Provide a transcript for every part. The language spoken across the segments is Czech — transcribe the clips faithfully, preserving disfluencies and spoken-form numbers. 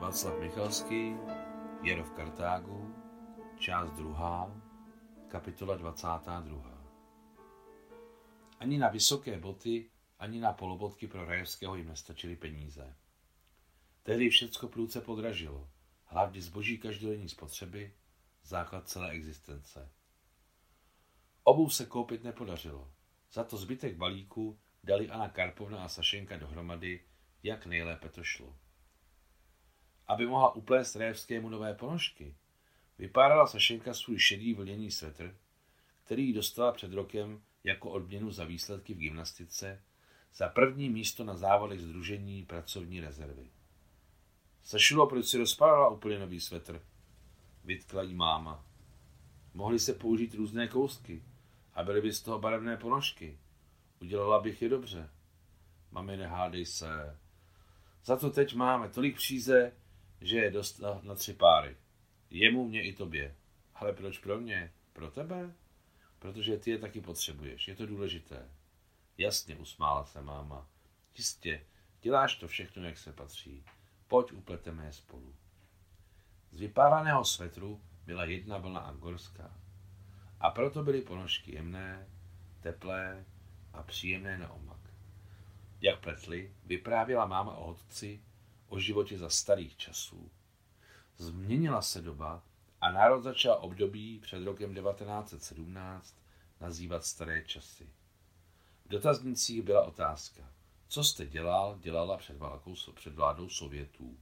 Václav Michalský, Jaro v Kartágu, část druhá, kapitola dvacátá druhá. Ani na vysoké boty, ani na polobotky pro Rajevského jim nestačily peníze. Tehdy všecko prudce podražilo, hlavně zboží každodenní spotřeby, základ celé existence. Obuv se koupit nepodařilo, za to zbytek balíku dali Anna Karpovna a Sašenka dohromady, jak nejlépe to šlo. Aby mohla uplést Rajevskému nové ponožky, vypárala Sašenka svůj šedý vlněný svetr, který ji dostala před rokem jako odměnu za výsledky v gymnastice, za první místo na závodech sdružení pracovní rezervy. Sašulo, proč si rozpálila úplně nový svetr? Vytkla jí máma. Mohly se použít různé kousky a byly by z toho barevné ponožky. Udělala bych je dobře. Mami, nehádej se. Za to teď máme tolik příze, že je dost na, na tři páry. Jemu, mě i tobě. Ale proč pro mě? Pro tebe? Protože ty je taky potřebuješ. Je to důležité. Jasně, usmála se máma. Jistě, děláš to všechno, jak se patří. Pojď, upleteme je spolu. Z vypáraného svetru byla jedna vlna angorská. A proto byly ponožky jemné, teplé a příjemné na omak. Jak pletli, vyprávěla máma o otci, o životě za starých časů. Změnila se doba a národ začal období před rokem devatenáct set sedmnáct nazývat staré časy. V dotaznicích byla otázka, co jste dělal, dělala před, válkou, před vládou Sovětů.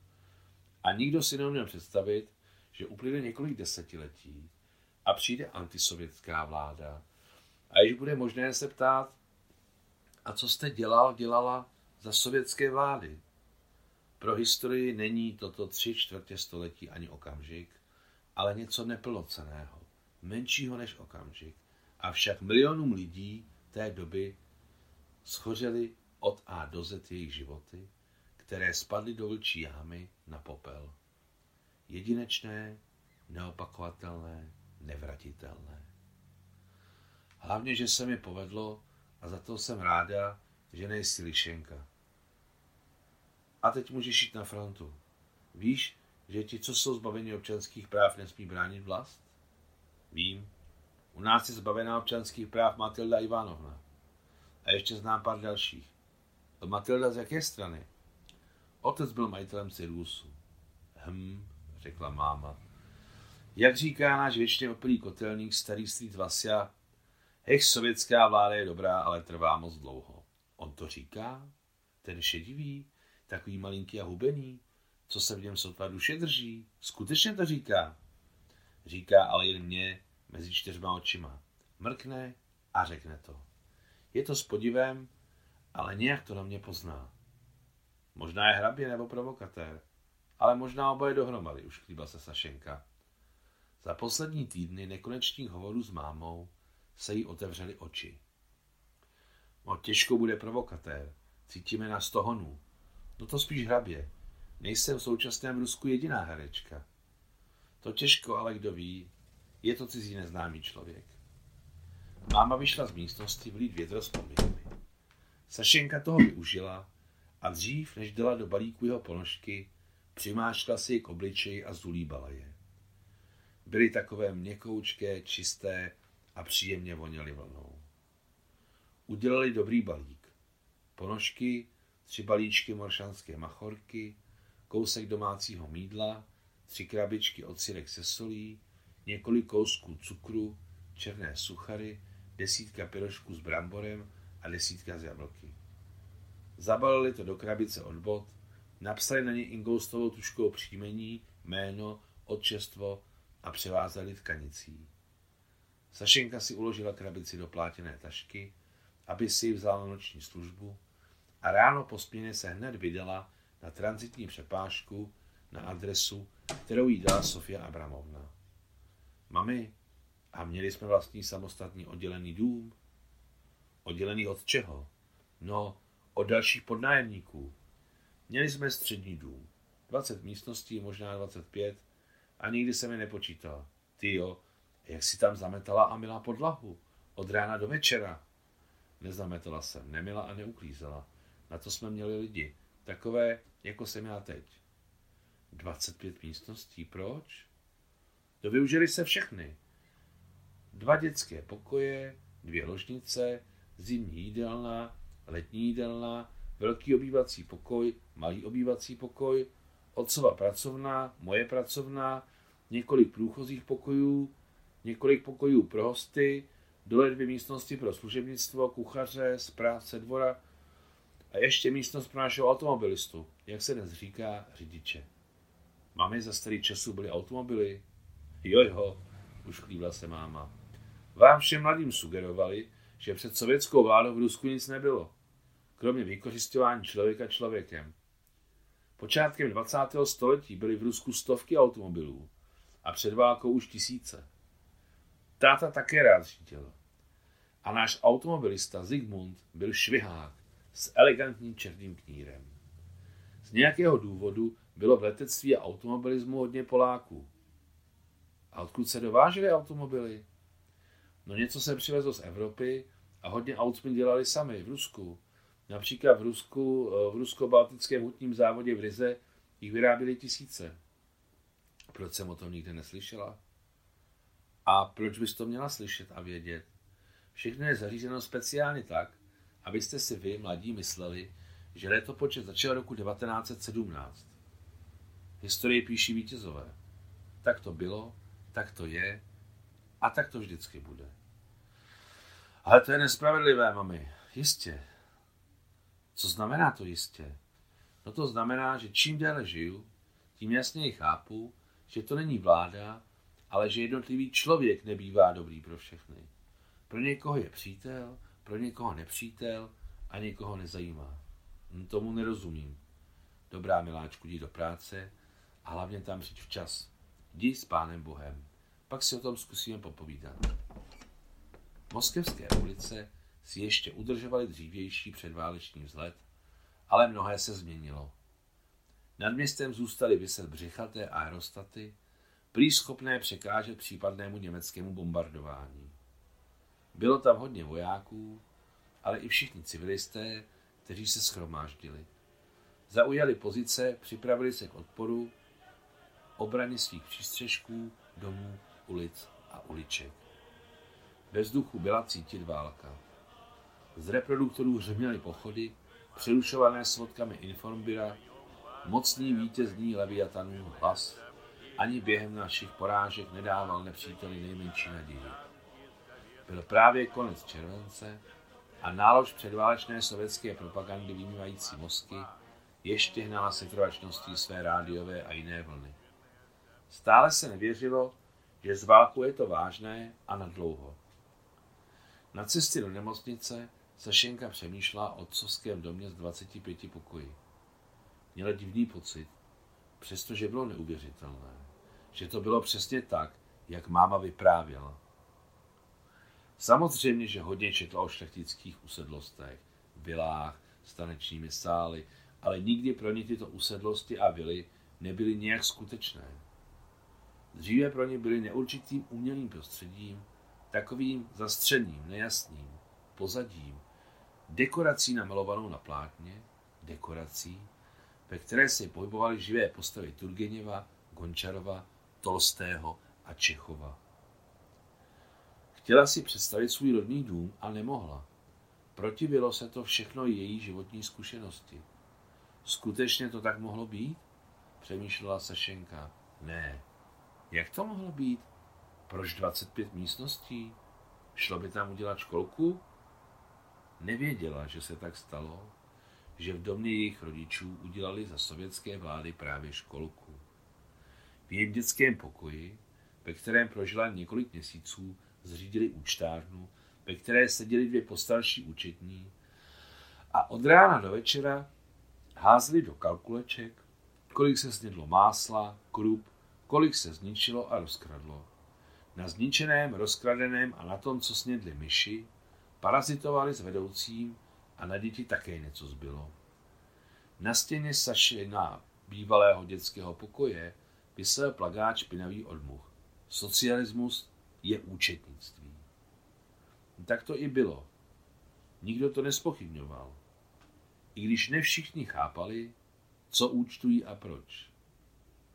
A nikdo si neuměl představit, že uplyne několik desetiletí a přijde antisovětská vláda a již bude možné se ptát, a co jste dělal, dělala za sovětské vlády. Pro historii není toto tři čtvrtě století ani okamžik, ale něco neplnocenného, menšího než okamžik. Avšak milionům lidí té doby schořely od A do Z jejich životy, které spadly do vlčí jámy na popel. Jedinečné, neopakovatelné, nevratitelné. Hlavně, že se mi povedlo, a za to jsem ráda, že nejsi lišenka. A teď můžeš jít na frontu. Víš, že ti, co jsou zbaveni občanských práv, nesmí bránit vlast? Vím. U nás je zbavená občanských práv Matilda Ivanovna. A ještě znám pár dalších. Matilda z jaké strany? Otec byl majitelem Sirusu. Hm, řekla máma. Jak říká náš věčně opilý kotelník starý Street Vasja, hech, sovětská vláda je dobrá, ale trvá moc dlouho. On to říká? Ten šedivý, takový malinký a hubený, co se v něm sotva duše drží? Skutečně to říká? Říká ale jen mě mezi čtyřma očima. Mrkne a řekne to. Je to s podivem, ale nějak to na mě pozná. Možná je hrabě nebo provokatér, ale možná oboje dohromady, už chlíbla se Sašenka. Za poslední týdny nekonečných hovorů s mámou se jí otevřely oči. No, těžko bude provokatér, cítíme na sto honů. No to spíš hrabě. Nejsem v současném Rusku jediná herečka. To těžko, ale kdo ví, je to cizí neznámý člověk. Máma vyšla z místnosti vlít větro s pomyslmi. Sašenka toho využila a dřív, než dala do balíku jeho ponožky, přimáčkla si je k obličeji a zulíbala je. Byly takové měkoučké, čisté a příjemně voněly vlnou. Udělali dobrý balík. Ponožky, tři balíčky moršanské machorky, kousek domácího mýdla, tři krabičky ocírek se solí, několik kousků cukru, černé suchary, desítka pyrošků s bramborem a desítka z jablky. Zabalili to do krabice od bot, napsali na ně ingoustovou tužkou příjmení, jméno, otčestvo a převázali tkanicí. Sašenka si uložila krabici do plátěné tašky, aby si ji vzala na noční službu a ráno po směně se hned vydala na tranzitní přepážku na adresu, kterou jí dala Sofia Abramovna. Mami, a měli jsme vlastní samostatný oddělený dům? Oddělený od čeho? No, od dalších podnájemníků. Měli jsme střední dům. dvacet místností, možná dvacet pět, a nikdy se mi nepočítala. Ty jo, jak si tam zametala a myla podlahu? Od rána do večera. Nezametala jsem, nemila a neuklízela. Na to jsme měli lidi. Takové, jako jsem já teď. dvacet pět místností, proč? To využili se všechny. Dva dětské pokoje, dvě ložnice, zimní jídelna, letní jídelna, velký obývací pokoj, malý obývací pokoj, otcova pracovna, moje pracovna, několik průchozích pokojů, několik pokojů pro hosty, dole dvě místnosti pro služebnictvo, kuchaře, správce dvora a ještě místnost pro našeho automobilistu, jak se dnes říká, řidiče. Mami, za starý časů byly automobily? Jo, jo, ušklívla se máma. Vám všem mladým sugerovali, že před sovětskou vládou v Rusku nic nebylo, kromě vykořisťování člověka člověkem. Počátkem dvacátého století byly v Rusku stovky automobilů a před válkou už tisíce. Táta také rád řídil. A náš automobilista Zigmund byl švihák s elegantním černým knírem. Z nějakého důvodu bylo v letectví a automobilismu hodně Poláků. A odkud se dovážely automobily? No něco se přivezlo z Evropy a hodně aut jsme dělali sami v Rusku. Například v Rusku, v rusko-baltickém hutním závodě v Rize jich vyráběli tisíce. Proč jsem o tom nikdy neslyšela? A proč bys to měla slyšet a vědět? Všechno je zařízeno speciálně tak, abyste si vy, mladí, mysleli, že letopočet začal roku devatenáct set sedmnáct. Historie píší vítězové. Tak to bylo, tak to je a tak to vždycky bude. Ale to je nespravedlivé, mami. Jistě. Co znamená to jistě? No to znamená, že čím déle žiju, tím jasněji chápu, že to není vláda, ale že jednotlivý člověk nebývá dobrý pro všechny. Pro někoho je přítel, pro někoho nepřítel a někoho nezajímá. Tomu nerozumím. Dobrá, miláčku, jdi do práce a hlavně tam přijď včas. Jdi s Pánem Bohem. Pak si o tom zkusíme popovídat. Moskevské ulice si ještě udržovaly dřívější předváleční vzhled, ale mnohé se změnilo. Nad městem zůstaly viset břichaté aerostaty, prý schopné překážet případnému německému bombardování. Bylo tam hodně vojáků, ale i všichni civilisté, kteří se shromáždili. Zaujali pozice, připravili se k odporu, obraně svých přístřešků, domů, ulic a uliček. Ve vzduchu byla cítit válka. Z reproduktorů hřměly pochody, přerušované svodkami informbira, mocný vítězný leviatanův hlas ani během našich porážek nedával nepříteli nejmenší naději. Byl právě konec července a nálož předválečné sovětské propagandy vymývající mozky ještě hnala setrvačností své rádiové a jiné vlny. Stále se nevěřilo, že s válkou je to vážné a nadlouho. Na cestě do nemocnice Sašenka přemýšlela o otcovském domě z dvaceti pěti pokoji. Měla divný pocit, přestože bylo neuvěřitelné, že to bylo přesně tak, jak máma vyprávěla. Samozřejmě, že hodně četla o šlechtických usedlostech, vilách, stanečními sály, ale nikdy pro ně tyto usedlosti a vily nebyly nějak skutečné. Dříve pro ně byly neurčitým umělým prostředím, takovým zastřeným, nejasným, pozadím, dekorací namalovanou na plátně, dekorací, ve které se pohybovaly živé postavy Turgeněva, Gončarova, Tolstého a Čechova. Chtěla si představit svůj rodný dům a nemohla. Protivilo se to všechno její životní zkušenosti. Skutečně to tak mohlo být? Přemýšlela Sašenka. Ne. Jak to mohlo být? Proč dvacet pět místností? Šlo by tam udělat školku? Nevěděla, že se tak stalo, že v domě jejich rodičů udělali za sovětské vlády právě školku. V jejím dětském pokoji, ve kterém prožila několik měsíců, zřídili účtárnu, ve které seděli dvě postarší účetní a od rána do večera házeli do kalkuleček, kolik se snědlo másla, krup, kolik se zničilo a rozkradlo. Na zničeném, rozkradeném a na tom, co snědli myši, parazitovali s vedoucím a na děti také něco zbylo. Na stěně Sašina bývalého dětského pokoje visel plakát špinavý odmuch. Socialismus je účetnictví. Tak to i bylo. Nikdo to nezpochybňoval. I když ne všichni chápali, co účtují a proč.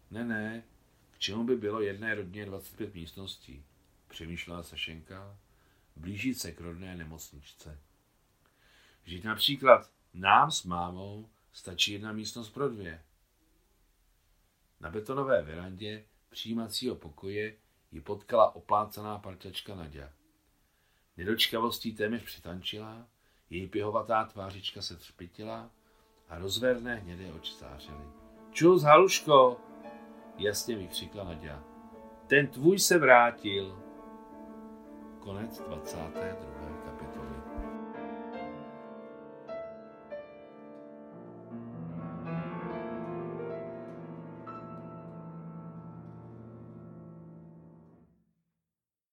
Ne, ne, k čemu by bylo jedné rodině dvacet pět místností, přemýšlela Sašenka, blížit se k rodné nemocničce. Vždyť například nám s mámou stačí jedna místnost pro dvě. Na betonové verandě přijímacího pokoje ji potkala oplácaná parťačka Naďa. Nedočkavostí téměř přitančila, její pěhovatá tvářička se třpitila a rozverné hnědé oči zářily. Čus, Haluško, jasně vykřikla Naďa. Ten tvůj se vrátil. Konec dvacáté druhé kapitoly.